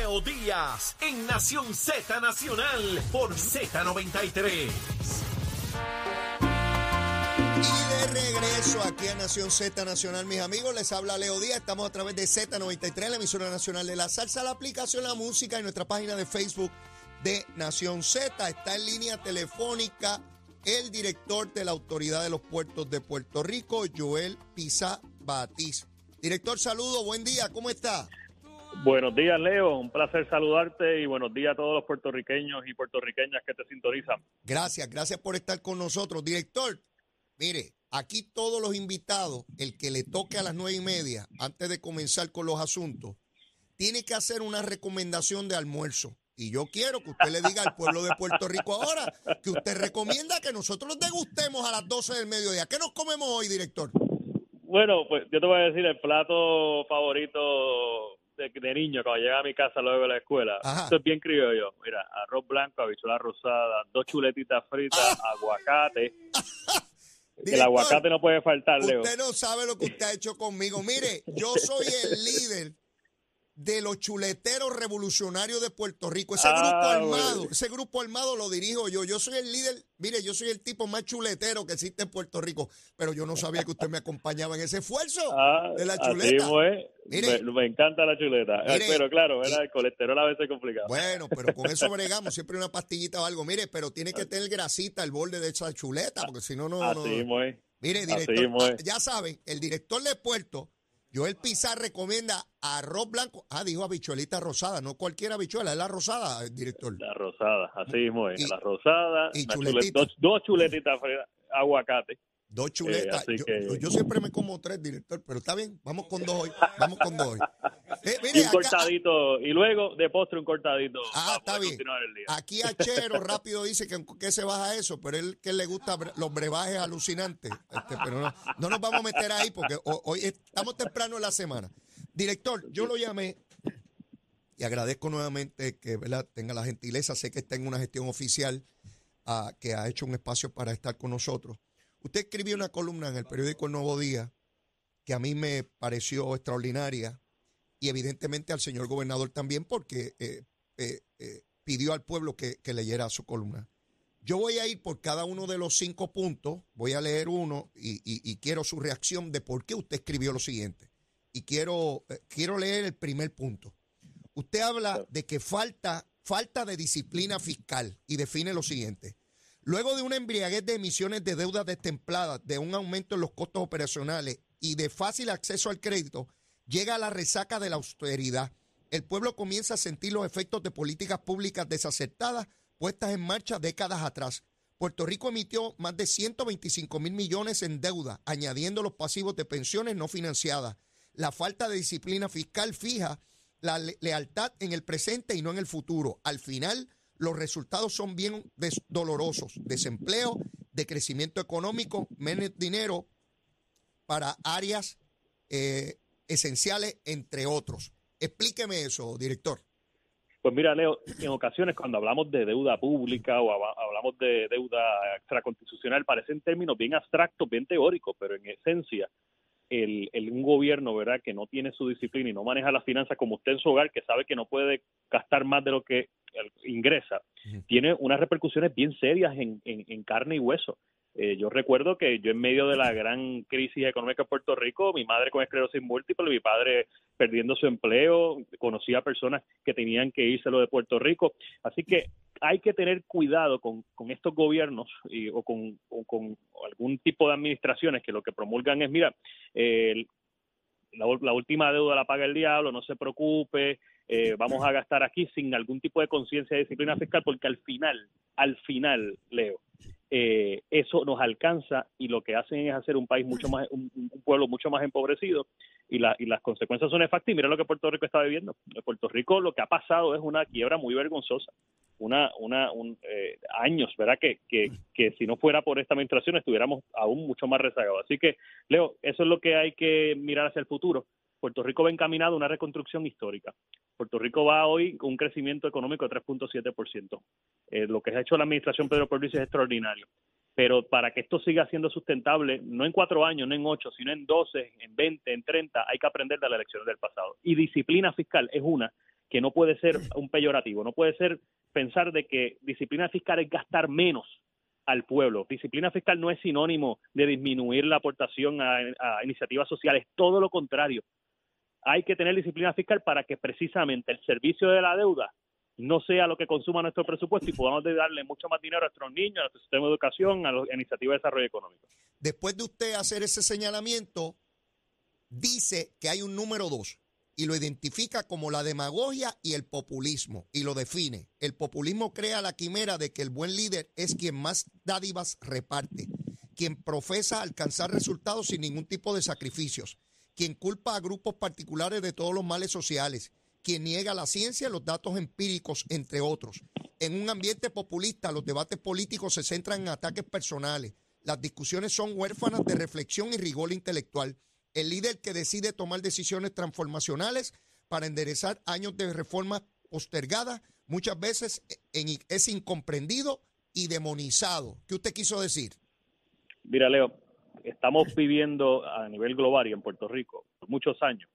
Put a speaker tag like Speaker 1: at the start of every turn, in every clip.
Speaker 1: Leo Díaz en Nación Z Nacional por Z93.
Speaker 2: Y de regreso aquí a Nación Z Nacional, mis amigos, les habla Leo Díaz. Estamos a través de Z93, la emisora nacional de la salsa, la aplicación La Música y nuestra página de Facebook de Nación Z. Está en línea telefónica el director de la Autoridad de los Puertos de Puerto Rico, Joel Pizá Batiz. Director, saludo, buen día, ¿cómo está?
Speaker 3: Buenos días, Leo. Un placer saludarte y buenos días a todos los puertorriqueños y puertorriqueñas que te sintonizan.
Speaker 2: Gracias por estar con nosotros. Director, mire, aquí todos los invitados, el que le toque a las 9:30, antes de comenzar con los asuntos, tiene que hacer una recomendación de almuerzo. Y yo quiero que usted le diga al pueblo de Puerto Rico ahora que usted recomienda que nosotros degustemos a las 12 del mediodía. ¿Qué nos comemos hoy, director?
Speaker 3: Bueno, pues yo te voy a decir el plato favorito de niño cuando llega a mi casa luego de la escuela.
Speaker 2: Ajá.
Speaker 3: Esto es bien criollo. Mira, arroz blanco, habichuela rosada, 2 chuletitas fritas, aguacate.
Speaker 2: Director,
Speaker 3: El aguacate no puede faltar, Leo.
Speaker 2: Usted no sabe lo que usted ha hecho conmigo. Mire, yo soy el líder de los chuleteros revolucionarios de Puerto Rico. Ese grupo armado lo dirijo yo. Yo soy el líder, mire, yo soy el tipo más chuletero que existe en Puerto Rico, pero yo no sabía que usted me acompañaba en ese esfuerzo de la chuleta.
Speaker 3: Así es.
Speaker 2: Mire,
Speaker 3: Me encanta la chuleta.
Speaker 2: Mire,
Speaker 3: pero claro, ¿verdad? El colesterol a veces es complicado.
Speaker 2: Bueno, pero con eso bregamos, siempre una pastillita o algo. Mire, pero tiene que tener grasita al borde de esa chuleta, porque si no, no.
Speaker 3: Así es.
Speaker 2: Mire, director, ya saben, el director de Puerto, Joel Pizá, recomienda arroz blanco. Dijo habichuelita rosada, no cualquier habichuela, es la rosada, director.
Speaker 3: La rosada, así mismo es. La rosada,
Speaker 2: y
Speaker 3: dos chuletitas fritas, aguacate.
Speaker 2: 2 chuletas. Yo siempre me como 3, director, pero está bien, vamos con 2 hoy. Mire,
Speaker 3: y un cortadito, y luego de postre un cortadito.
Speaker 2: Está bien.
Speaker 3: El día.
Speaker 2: Aquí Achero rápido dice que se baja eso, pero él que le gusta los brebajes alucinantes. Pero no nos vamos a meter ahí porque hoy estamos temprano en la semana. Director, yo lo llamé y agradezco nuevamente que, ¿verdad?, tenga la gentileza. Sé que está en una gestión oficial que ha hecho un espacio para estar con nosotros. Usted escribió una columna en el periódico El Nuevo Día que a mí me pareció extraordinaria y evidentemente al señor gobernador también porque pidió al pueblo que leyera su columna. Yo voy a ir por cada uno de los 5 puntos, voy a leer uno y quiero su reacción de por qué usted escribió lo siguiente. Y quiero leer el primer punto. Usted habla de que falta de disciplina fiscal y define lo siguiente. Luego de una embriaguez de emisiones de deudas destempladas, de un aumento en los costos operacionales y de fácil acceso al crédito, llega la resaca de la austeridad. El pueblo comienza a sentir los efectos de políticas públicas desacertadas puestas en marcha décadas atrás. Puerto Rico emitió más de 125,000 millones en deuda, añadiendo los pasivos de pensiones no financiadas. La falta de disciplina fiscal fija la lealtad en el presente y no en el futuro. Al final, los resultados son bien dolorosos. Desempleo, decrecimiento económico, menos dinero para áreas esenciales, entre otros. Explíqueme eso, director.
Speaker 3: Pues mira, Leo, en ocasiones cuando hablamos de deuda pública o hablamos de deuda extraconstitucional, parecen términos bien abstractos, bien teóricos, pero en esencia, un gobierno, ¿verdad?, que no tiene su disciplina y no maneja las finanzas como usted en su hogar, que sabe que no puede gastar más de lo que ingresa, tiene unas repercusiones bien serias en carne y hueso. Yo recuerdo que yo en medio de la gran crisis económica en Puerto Rico, mi madre con esclerosis múltiple, mi padre perdiendo su empleo, conocía a personas que tenían que írselo de Puerto Rico. Así que hay que tener cuidado con estos gobiernos o con algún tipo de administraciones que lo que promulgan es, mira, la última deuda la paga el diablo, no se preocupe, vamos a gastar aquí sin algún tipo de conciencia de disciplina fiscal, porque al final, Leo, eso nos alcanza y lo que hacen es hacer un país mucho más, un pueblo mucho más empobrecido y las consecuencias son nefastas. Y mira lo que Puerto Rico está viviendo. En Puerto Rico lo que ha pasado es una quiebra muy vergonzosa, años, ¿verdad? Que si no fuera por esta administración estuviéramos aún mucho más rezagados. Así que, Leo, eso es lo que hay que mirar hacia el futuro. Puerto Rico va encaminado a una reconstrucción histórica. Puerto Rico va hoy con un crecimiento económico de 3.7%. Lo que ha hecho la administración Pedro Pierluisi es extraordinario. Pero para que esto siga siendo sustentable, no en 4 años, no en 8, sino en 12, en 20, en 30, hay que aprender de las elecciones del pasado. Y disciplina fiscal es una que no puede ser un peyorativo, no puede ser pensar de que disciplina fiscal es gastar menos al pueblo. Disciplina fiscal no es sinónimo de disminuir la aportación a iniciativas sociales, todo lo contrario. Hay que tener disciplina fiscal para que precisamente el servicio de la deuda no sea lo que consuma nuestro presupuesto y podamos darle mucho más dinero a nuestros niños, a nuestro sistema de educación, a las iniciativas de desarrollo económico.
Speaker 2: Después de usted hacer ese señalamiento, dice que hay un número 2 y lo identifica como la demagogia y el populismo y lo define. El populismo crea la quimera de que el buen líder es quien más dádivas reparte, quien profesa alcanzar resultados sin ningún tipo de sacrificios, quien culpa a grupos particulares de todos los males sociales, quien niega la ciencia, los datos empíricos, entre otros. En un ambiente populista, los debates políticos se centran en ataques personales. Las discusiones son huérfanas de reflexión y rigor intelectual. El líder que decide tomar decisiones transformacionales para enderezar años de reformas postergadas, muchas veces es incomprendido y demonizado. ¿Qué usted quiso decir?
Speaker 3: Mira, Leo, estamos viviendo a nivel global y en Puerto Rico por muchos años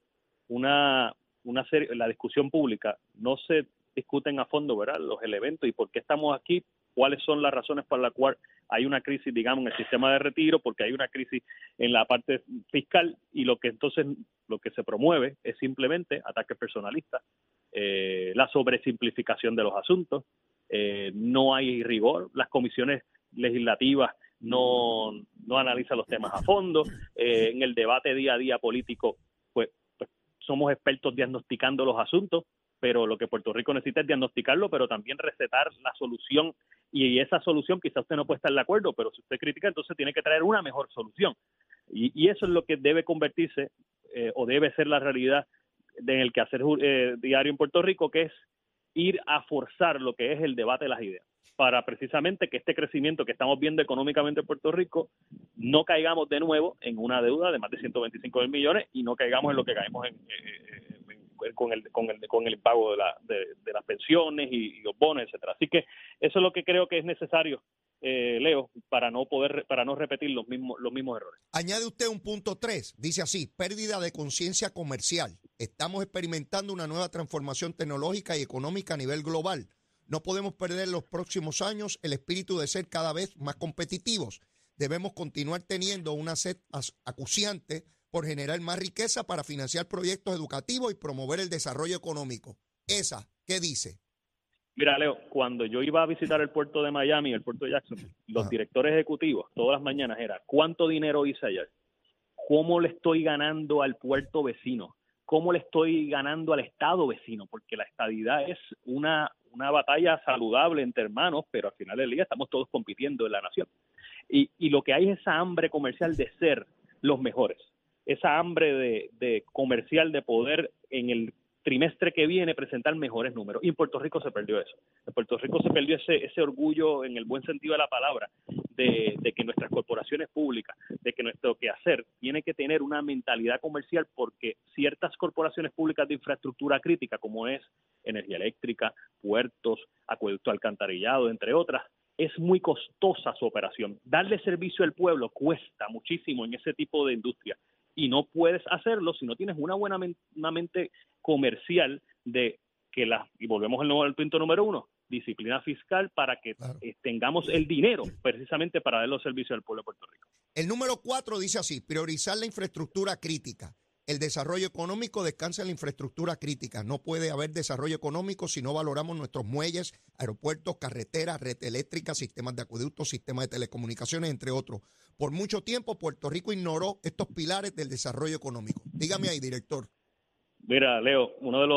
Speaker 3: la discusión pública no se discuten a fondo, ¿verdad? Los elementos y por qué estamos aquí, cuáles son las razones por las cuales hay una crisis, digamos, en el sistema de retiro, porque hay una crisis en la parte fiscal y lo que se promueve es simplemente ataques personalistas, la sobresimplificación de los asuntos, no hay rigor, las comisiones legislativas no analizan los temas a fondo, en el debate día a día político, pues somos expertos diagnosticando los asuntos, pero lo que Puerto Rico necesita es diagnosticarlo, pero también recetar la solución, y esa solución quizás usted no puede estar de acuerdo, pero si usted critica, entonces tiene que traer una mejor solución. Y eso es lo que debe convertirse, o debe ser la realidad en el quehacer diario en Puerto Rico, que es ir a forzar lo que es el debate de las ideas, para precisamente que este crecimiento que estamos viendo económicamente en Puerto Rico no caigamos de nuevo en una deuda de más de 125 millones y no caigamos en lo que caímos con el pago de las pensiones y los bonos, etcétera. Así que eso es lo que creo que es necesario, Leo, para no repetir los mismos errores.
Speaker 2: Añade usted un punto 3, dice así: pérdida de conciencia comercial. Estamos experimentando una nueva transformación tecnológica y económica a nivel global. No podemos perder en los próximos años el espíritu de ser cada vez más competitivos. Debemos continuar teniendo una sed acuciante por generar más riqueza para financiar proyectos educativos y promover el desarrollo económico. ¿Esa qué dice?
Speaker 3: Mira, Leo, cuando yo iba a visitar el puerto de Miami, el puerto de Jacksonville, los directores ejecutivos todas las mañanas era: ¿cuánto dinero hice ayer? ¿Cómo le estoy ganando al puerto vecino? ¿Cómo le estoy ganando al estado vecino? Porque la estadidad es una batalla saludable entre hermanos, pero al final del día estamos todos compitiendo en la nación. Y lo que hay es esa hambre comercial de ser los mejores, esa hambre de comercial de poder en el trimestre que viene presentar mejores números. Y en Puerto Rico se perdió eso. En Puerto Rico se perdió ese orgullo, en el buen sentido de la palabra, de que nuestras corporaciones públicas, de que nuestro quehacer tiene que tener una mentalidad comercial, porque ciertas corporaciones públicas de infraestructura crítica, como es energía eléctrica, puertos, acueducto, alcantarillado, entre otras, es muy costosa su operación. Darle servicio al pueblo cuesta muchísimo en ese tipo de industria. Y no puedes hacerlo si no tienes una mente comercial de que y volvemos al punto número 1, disciplina fiscal para que tengamos el dinero precisamente para dar los servicios al pueblo de Puerto Rico.
Speaker 2: El número 4 dice así: priorizar la infraestructura crítica. El desarrollo económico descansa en la infraestructura crítica. No puede haber desarrollo económico si no valoramos nuestros muelles, aeropuertos, carreteras, red eléctrica, sistemas de acueductos, sistemas de telecomunicaciones, entre otros. Por mucho tiempo Puerto Rico ignoró estos pilares del desarrollo económico. Dígame ahí, director.
Speaker 3: Mira, Leo,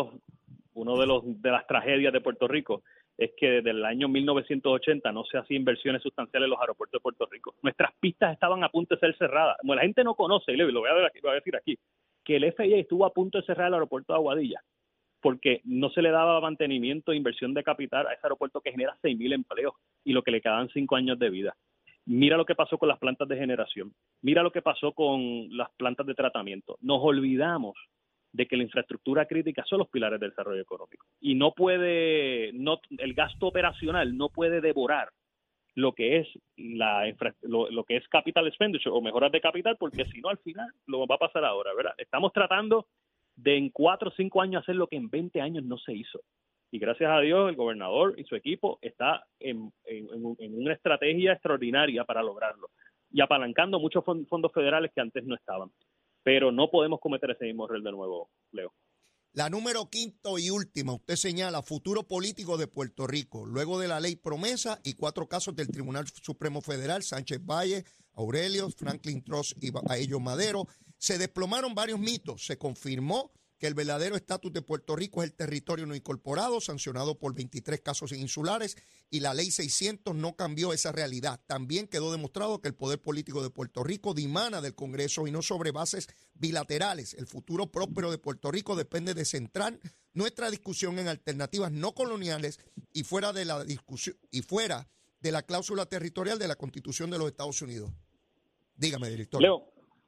Speaker 3: de las tragedias de Puerto Rico es que desde el año 1980 no se hacían inversiones sustanciales en los aeropuertos de Puerto Rico. Nuestras pistas estaban a punto de ser cerradas. Como la gente no conoce, y lo voy a decir aquí, que el FAA estuvo a punto de cerrar el aeropuerto de Aguadilla porque no se le daba mantenimiento e inversión de capital a ese aeropuerto que genera 6,000 empleos y lo que le quedaban 5 años de vida. Mira lo que pasó con las plantas de generación. Mira lo que pasó con las plantas de tratamiento. Nos olvidamos de que la infraestructura crítica son los pilares del desarrollo económico. Y el gasto operacional no puede devorar lo que es lo que es capital expenditure o mejoras de capital, porque si no al final lo va a pasar ahora, ¿verdad? Estamos tratando de en 4 o 5 años hacer lo que en 20 años no se hizo. Y gracias a Dios el gobernador y su equipo está en una estrategia extraordinaria para lograrlo y apalancando muchos fondos federales que antes no estaban. Pero no podemos cometer ese mismo error de nuevo, Leo.
Speaker 2: La número 5 y última, usted señala futuro político de Puerto Rico, luego de la ley promesa y 4 casos del Tribunal Supremo Federal, Sánchez Valle, Aurelio, Franklin Trust y Aello Madero, se desplomaron varios mitos, se confirmó que el verdadero estatus de Puerto Rico es el territorio no incorporado, sancionado por 23 casos insulares, y la ley 600 no cambió esa realidad. También quedó demostrado que el poder político de Puerto Rico dimana del Congreso y no sobre bases bilaterales. El futuro próspero de Puerto Rico depende de centrar nuestra discusión en alternativas no coloniales y fuera de la discusión y fuera de la cláusula territorial de la Constitución de los Estados Unidos. Dígame, director.
Speaker 3: Leo,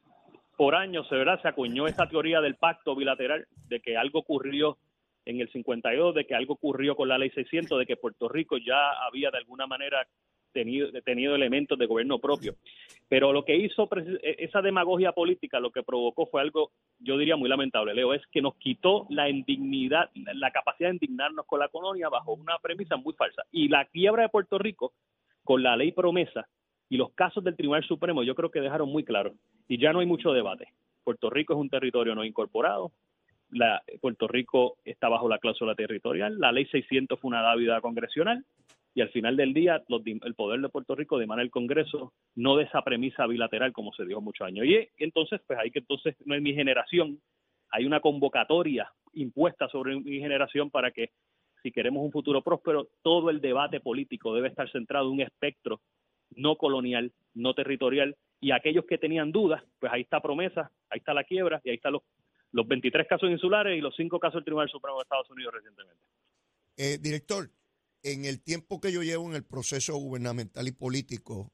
Speaker 3: por años, ¿verdad?, se acuñó esa teoría del pacto bilateral, de que algo ocurrió en el 52, de que algo ocurrió con la ley 600, de que Puerto Rico ya había de alguna manera tenido elementos de gobierno propio. Pero lo que hizo esa demagogia política, lo que provocó fue algo, yo diría, muy lamentable, Leo, es que nos quitó la indignidad, la capacidad de indignarnos con la colonia bajo una premisa muy falsa. Y la quiebra de Puerto Rico con la ley promesa y los casos del Tribunal Supremo yo creo que dejaron muy claro, y ya no hay mucho debate. Puerto Rico es un territorio no incorporado, Puerto Rico está bajo la cláusula territorial, la ley 600 fue una dávida congresional, y al final del día el poder de Puerto Rico demanda el Congreso, no de esa premisa bilateral como se dijo muchos años. Y entonces, pues no es mi generación, hay una convocatoria impuesta sobre mi generación para que, si queremos un futuro próspero, todo el debate político debe estar centrado en un espectro no colonial, no territorial, y aquellos que tenían dudas, pues ahí está promesa, ahí está la quiebra, y ahí están los 23 casos insulares y los 5 casos del Tribunal Supremo de Estados Unidos recientemente.
Speaker 2: Director, en el tiempo que yo llevo en el proceso gubernamental y político,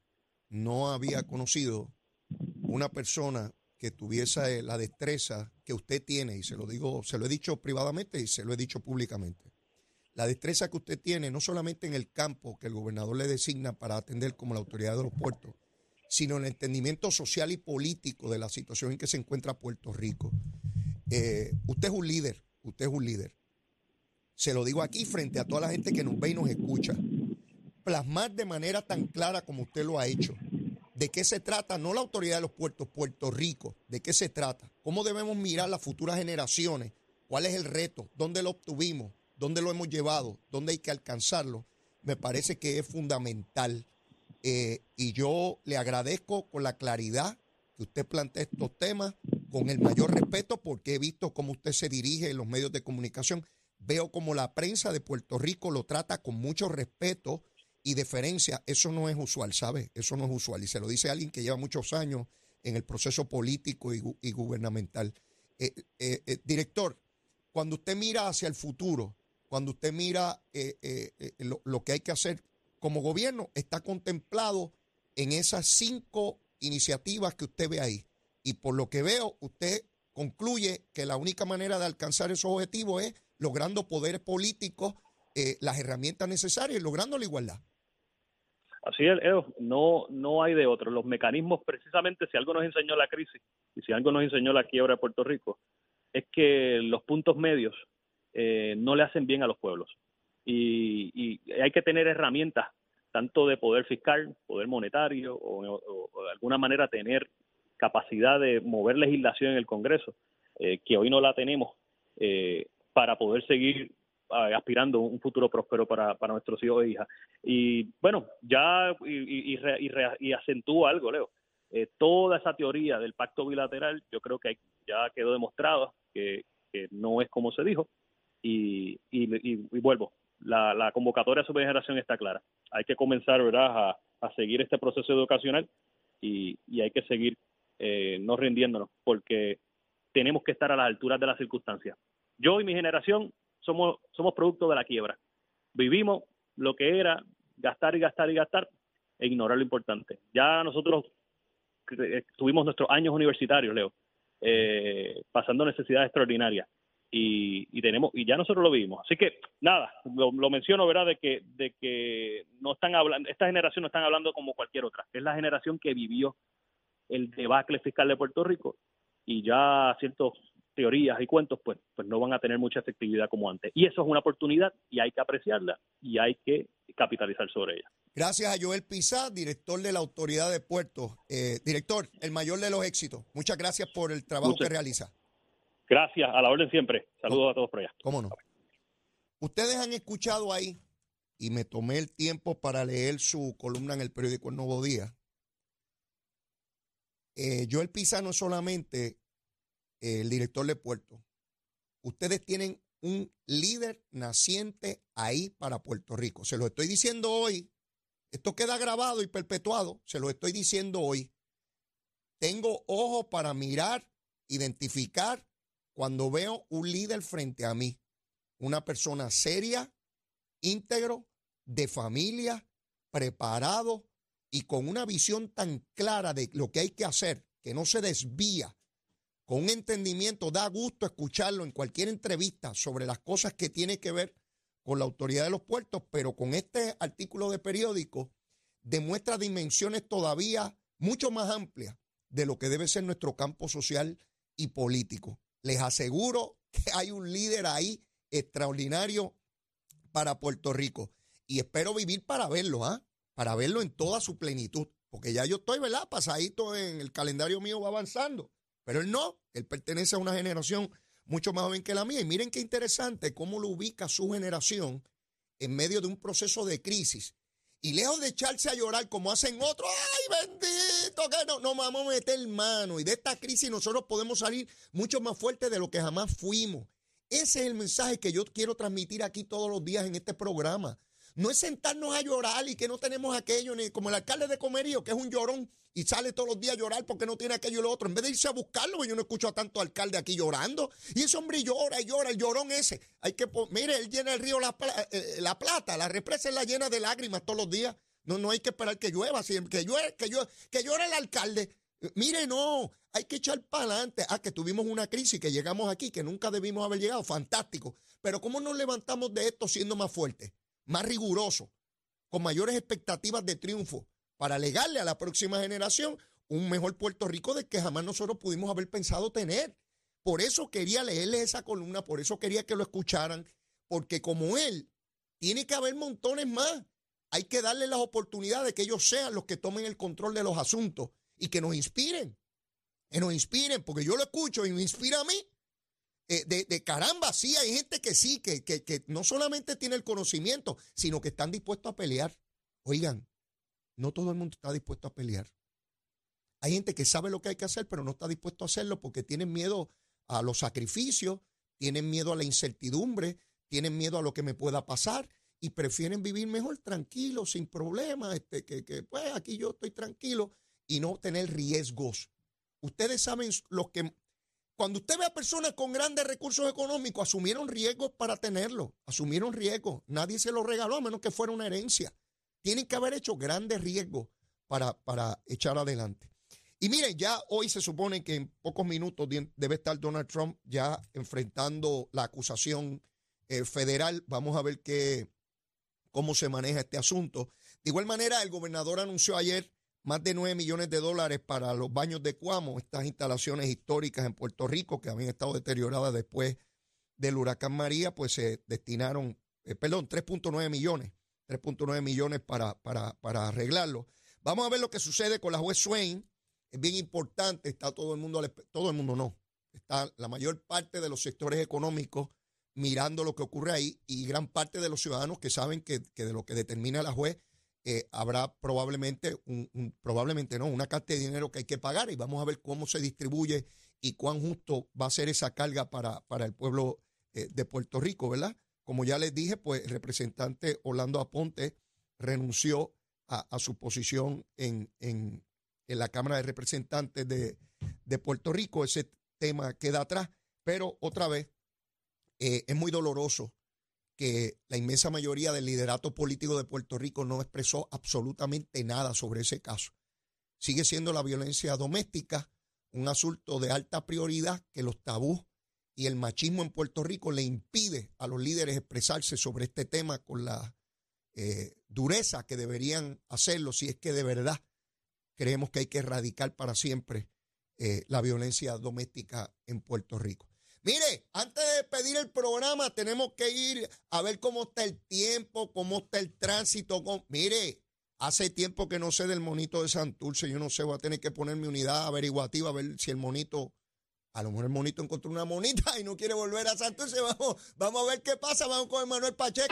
Speaker 2: no había conocido una persona que tuviese la destreza que usted tiene, y se lo he dicho privadamente y se lo he dicho públicamente. La destreza que usted tiene, no solamente en el campo que el gobernador le designa para atender como la autoridad de los puertos, sino en el entendimiento social y político de la situación en que se encuentra Puerto Rico. Usted es un líder. Se lo digo aquí frente a toda la gente que nos ve y nos escucha. Plasmar de manera tan clara como usted lo ha hecho, de qué se trata, no la autoridad de los puertos, Puerto Rico, de qué se trata, cómo debemos mirar las futuras generaciones, cuál es el reto, dónde lo obtuvimos, dónde lo hemos llevado, dónde hay que alcanzarlo, me parece que es fundamental. Y yo le agradezco con la claridad que usted plantea estos temas, con el mayor respeto, porque he visto cómo usted se dirige en los medios de comunicación. Veo como la prensa de Puerto Rico lo trata con mucho respeto y deferencia. Eso no es usual, ¿sabe? Eso no es usual. Y se lo dice alguien que lleva muchos años en el proceso político y gubernamental. Director, cuando usted mira hacia el futuro, cuando usted mira lo que hay que hacer como gobierno, está contemplado en esas 5 iniciativas que usted ve ahí. Y por lo que veo, usted concluye que la única manera de alcanzar esos objetivos es logrando poderes políticos, las herramientas necesarias y logrando la igualdad.
Speaker 3: Así es, no hay de otro. Los mecanismos, precisamente, si algo nos enseñó la crisis y si algo nos enseñó la quiebra de Puerto Rico, es que los puntos medios no le hacen bien a los pueblos. Y hay que tener herramientas, tanto de poder fiscal, poder monetario, o de alguna manera tener capacidad de mover legislación en el Congreso, que hoy no la tenemos, para poder seguir aspirando a un futuro próspero para nuestros hijos e hijas. Y bueno, ya y acentúa algo, Leo. Toda esa teoría del pacto bilateral, yo creo que ya quedó demostrado que no es como se dijo. Y vuelvo, la convocatoria a su generación está clara. Hay que comenzar, ¿verdad?, a seguir este proceso educacional y hay que seguir no rindiéndonos, porque tenemos que estar a las alturas de las circunstancias. Yo y mi generación somos producto de la quiebra. Vivimos lo que era gastar y gastar y gastar e ignorar lo importante. Ya nosotros tuvimos nuestros años universitarios, Leo, pasando necesidades extraordinarias y ya nosotros lo vivimos. Así que nada, lo menciono, ¿verdad?, de que no están hablando, esta generación no están hablando como cualquier otra. Es la generación que vivió el debacle fiscal de Puerto Rico y ya teorías y cuentos, pues no van a tener mucha efectividad como antes. Y eso es una oportunidad y hay que apreciarla y hay que capitalizar sobre ella.
Speaker 2: Gracias a Joel Pizá, director de la Autoridad de Puertos. Director, el mayor de los éxitos. Muchas gracias por el trabajo que realiza.
Speaker 3: Gracias, a la orden siempre. Saludos a todos por allá.
Speaker 2: ¿Cómo no? Ustedes han escuchado ahí, y me tomé el tiempo para leer su columna en el periódico El Nuevo Día. Joel Pizá no es solamente el director de Puerto. Ustedes tienen un líder naciente ahí para Puerto Rico. Se lo estoy diciendo hoy. Esto queda grabado y perpetuado. Se lo estoy diciendo hoy. Tengo ojos para mirar, identificar cuando veo un líder frente a mí. Una persona seria, íntegro, de familia, preparado y con una visión tan clara de lo que hay que hacer, que no se desvía. Con un entendimiento, da gusto escucharlo en cualquier entrevista sobre las cosas que tiene que ver con la autoridad de los puertos, pero con este artículo de periódico demuestra dimensiones todavía mucho más amplias de lo que debe ser nuestro campo social y político. Les aseguro que hay un líder ahí extraordinario para Puerto Rico y espero vivir para verlo, para verlo en toda su plenitud, porque ya yo estoy, ¿verdad? Pasadito en el calendario mío va avanzando. Pero él no, él pertenece a una generación mucho más joven que la mía. Y miren qué interesante cómo lo ubica su generación en medio de un proceso de crisis. Y lejos de echarse a llorar como hacen otros, ¡ay, bendito! Que no vamos a meter mano. Y de esta crisis nosotros podemos salir mucho más fuertes de lo que jamás fuimos. Ese es el mensaje que yo quiero transmitir aquí todos los días en este programa. No es sentarnos a llorar y que no tenemos aquello, ni como el alcalde de Comerío, que es un llorón y sale todos los días a llorar porque no tiene aquello y lo otro. En vez de irse a buscarlo, yo no escucho a tanto alcalde aquí llorando. Y ese hombre llora y llora, el llorón ese. Mire, él llena el río La Plata, la represa la llena de lágrimas todos los días. No hay que esperar que llueva, que llore el alcalde. Mire, no, hay que echar para adelante. Que tuvimos una crisis, que llegamos aquí, que nunca debimos haber llegado, fantástico. Pero ¿cómo nos levantamos de esto siendo más fuertes, más rigurosos, con mayores expectativas de triunfo, para legarle a la próxima generación un mejor Puerto Rico del que jamás nosotros pudimos haber pensado tener? Por eso quería leerle esa columna, por eso quería que lo escucharan, porque como él, tiene que haber montones más. Hay que darle las oportunidades, que ellos sean los que tomen el control de los asuntos y que nos inspiren, porque yo lo escucho y me inspira a mí. De caramba, sí, hay gente que sí, que no solamente tiene el conocimiento, sino que están dispuestos a pelear. Oigan, no todo el mundo está dispuesto a pelear. Hay gente que sabe lo que hay que hacer, pero no está dispuesto a hacerlo porque tienen miedo a los sacrificios, tienen miedo a la incertidumbre, tienen miedo a lo que me pueda pasar y prefieren vivir mejor tranquilo, sin problemas, pues aquí yo estoy tranquilo y no tener riesgos. Ustedes saben cuando usted ve a personas con grandes recursos económicos, asumieron riesgos para tenerlo, asumieron riesgos. Nadie se los regaló a menos que fuera una herencia. Tienen que haber hecho grandes riesgos para echar adelante. Y miren, ya hoy se supone que en pocos minutos debe estar Donald Trump ya enfrentando la acusación federal. Vamos a ver cómo se maneja este asunto. De igual manera, el gobernador anunció ayer más de $9 millones para los baños de Cuamo, estas instalaciones históricas en Puerto Rico que habían estado deterioradas después del huracán María, pues se destinaron, 3.9 millones para arreglarlo. Vamos a ver lo que sucede con la juez Swain. Es bien importante, está todo el mundo no, está la mayor parte de los sectores económicos mirando lo que ocurre ahí y gran parte de los ciudadanos que saben que de lo que determina la juez habrá probablemente una cantidad de dinero que hay que pagar y vamos a ver cómo se distribuye y cuán justo va a ser esa carga para el pueblo de Puerto Rico, ¿verdad? Como ya les dije, pues el representante Orlando Aponte renunció a su posición en la Cámara de Representantes de Puerto Rico. Ese tema queda atrás, pero otra vez es muy doloroso que la inmensa mayoría del liderato político de Puerto Rico no expresó absolutamente nada sobre ese caso. Sigue siendo la violencia doméstica un asunto de alta prioridad, que los tabús y el machismo en Puerto Rico le impide a los líderes expresarse sobre este tema con la dureza que deberían hacerlo si es que de verdad creemos que hay que erradicar para siempre la violencia doméstica en Puerto Rico. Mire, antes de despedir el programa, tenemos que ir a ver cómo está el tiempo, cómo está el tránsito. Mire, hace tiempo que no sé del monito de Santurce. Yo no sé, voy a tener que poner mi unidad averiguativa a ver si el monito, a lo mejor el monito encontró una monita y no quiere volver a Santurce. Vamos a ver qué pasa. Vamos con Emanuel Pacheco.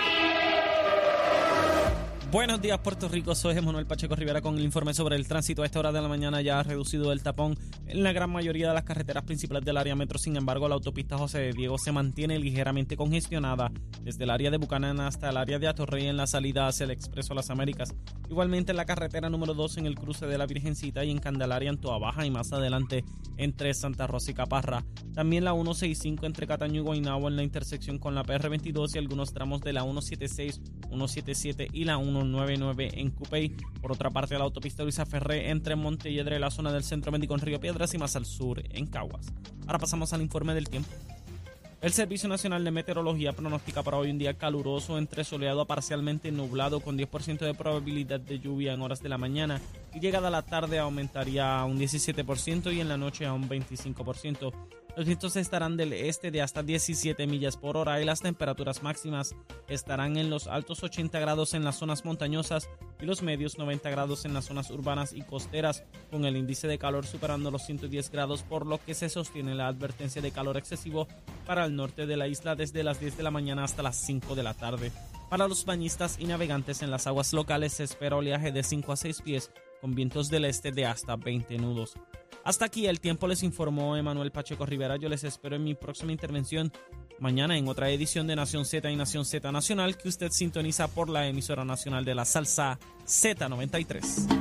Speaker 4: Buenos días, Puerto Rico. Soy Emanuel Pacheco Rivera con el informe sobre el tránsito. A esta hora de la mañana ya ha reducido el tapón en la gran mayoría de las carreteras principales del área metro. Sin embargo, la autopista José de Diego se mantiene ligeramente congestionada desde el área de Bucanán hasta el área de Atorrey en la salida hacia el Expreso Las Américas. Igualmente en la carretera número 2 en el cruce de la Virgencita y en Candelaria en Toabaja y más adelante entre Santa Rosa y Caparra. También la 165 entre Cataño y Guaynabo en la intersección con la PR22 y algunos tramos de la 176, 177 y la 199 en Cupey. Por otra parte, la autopista Luisa Ferré entre Montelledre, la zona del Centro Médico en Río Piedras y más al sur en Caguas. Ahora pasamos al informe del tiempo. El Servicio Nacional de Meteorología pronostica para hoy un día caluroso entre soleado a parcialmente nublado con 10% de probabilidad de lluvia en horas de la mañana y llegada la tarde aumentaría a un 17% y en la noche a un 25%. Los vientos estarán del este de hasta 17 millas por hora y las temperaturas máximas estarán en los altos 80 grados en las zonas montañosas y los medios 90 grados en las zonas urbanas y costeras, con el índice de calor superando los 110 grados, por lo que se sostiene la advertencia de calor excesivo para el norte de la isla desde las 10 de la mañana hasta las 5 de la tarde. Para los bañistas y navegantes en las aguas locales se espera oleaje de 5 a 6 pies con vientos del este de hasta 20 nudos. Hasta aquí el tiempo, les informó Emanuel Pacheco Rivera. Yo les espero en mi próxima intervención mañana en otra edición de Nación Z y Nación Z Nacional, que usted sintoniza por la emisora nacional de la salsa Z93.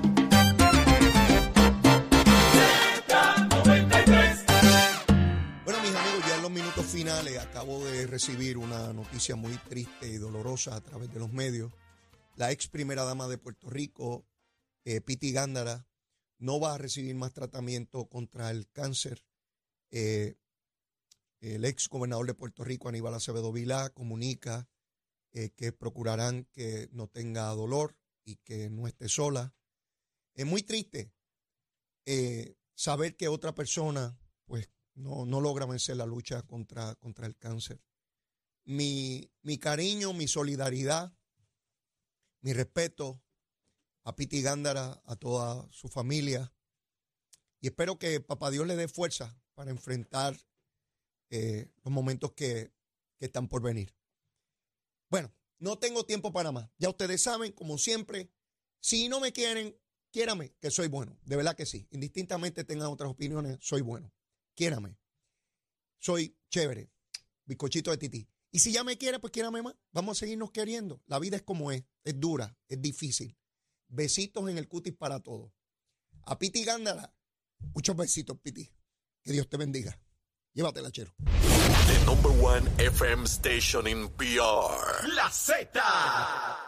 Speaker 2: Bueno, mis amigos, ya en los minutos finales acabo de recibir una noticia muy triste y dolorosa a través de los medios. La ex primera dama de Puerto Rico, Piti Gándara, no va a recibir más tratamiento contra el cáncer. El ex gobernador de Puerto Rico, Aníbal Acevedo Vilá, comunica que procurarán que no tenga dolor y que no esté sola. Es muy triste saber que otra persona pues no logra vencer la lucha contra el cáncer. Mi cariño, mi solidaridad, mi respeto a Piti Gándara, a toda su familia, y espero que Papá Dios le dé fuerza para enfrentar los momentos que están por venir. Bueno, no tengo tiempo para más. Ya ustedes saben, como siempre, si no me quieren, quiérame, que soy bueno. De verdad que sí. Indistintamente tengan otras opiniones, soy bueno. Quiérame. Soy chévere. Bizcochito de tití. Y si ya me quiere, pues quiérame más. Vamos a seguirnos queriendo. La vida es como es dura, es difícil. Besitos en el cutis para todos. A Piti Gándara, muchos besitos, Piti. Que Dios te bendiga. Llévatela, chero.
Speaker 1: The #1 FM station in PR. La Z.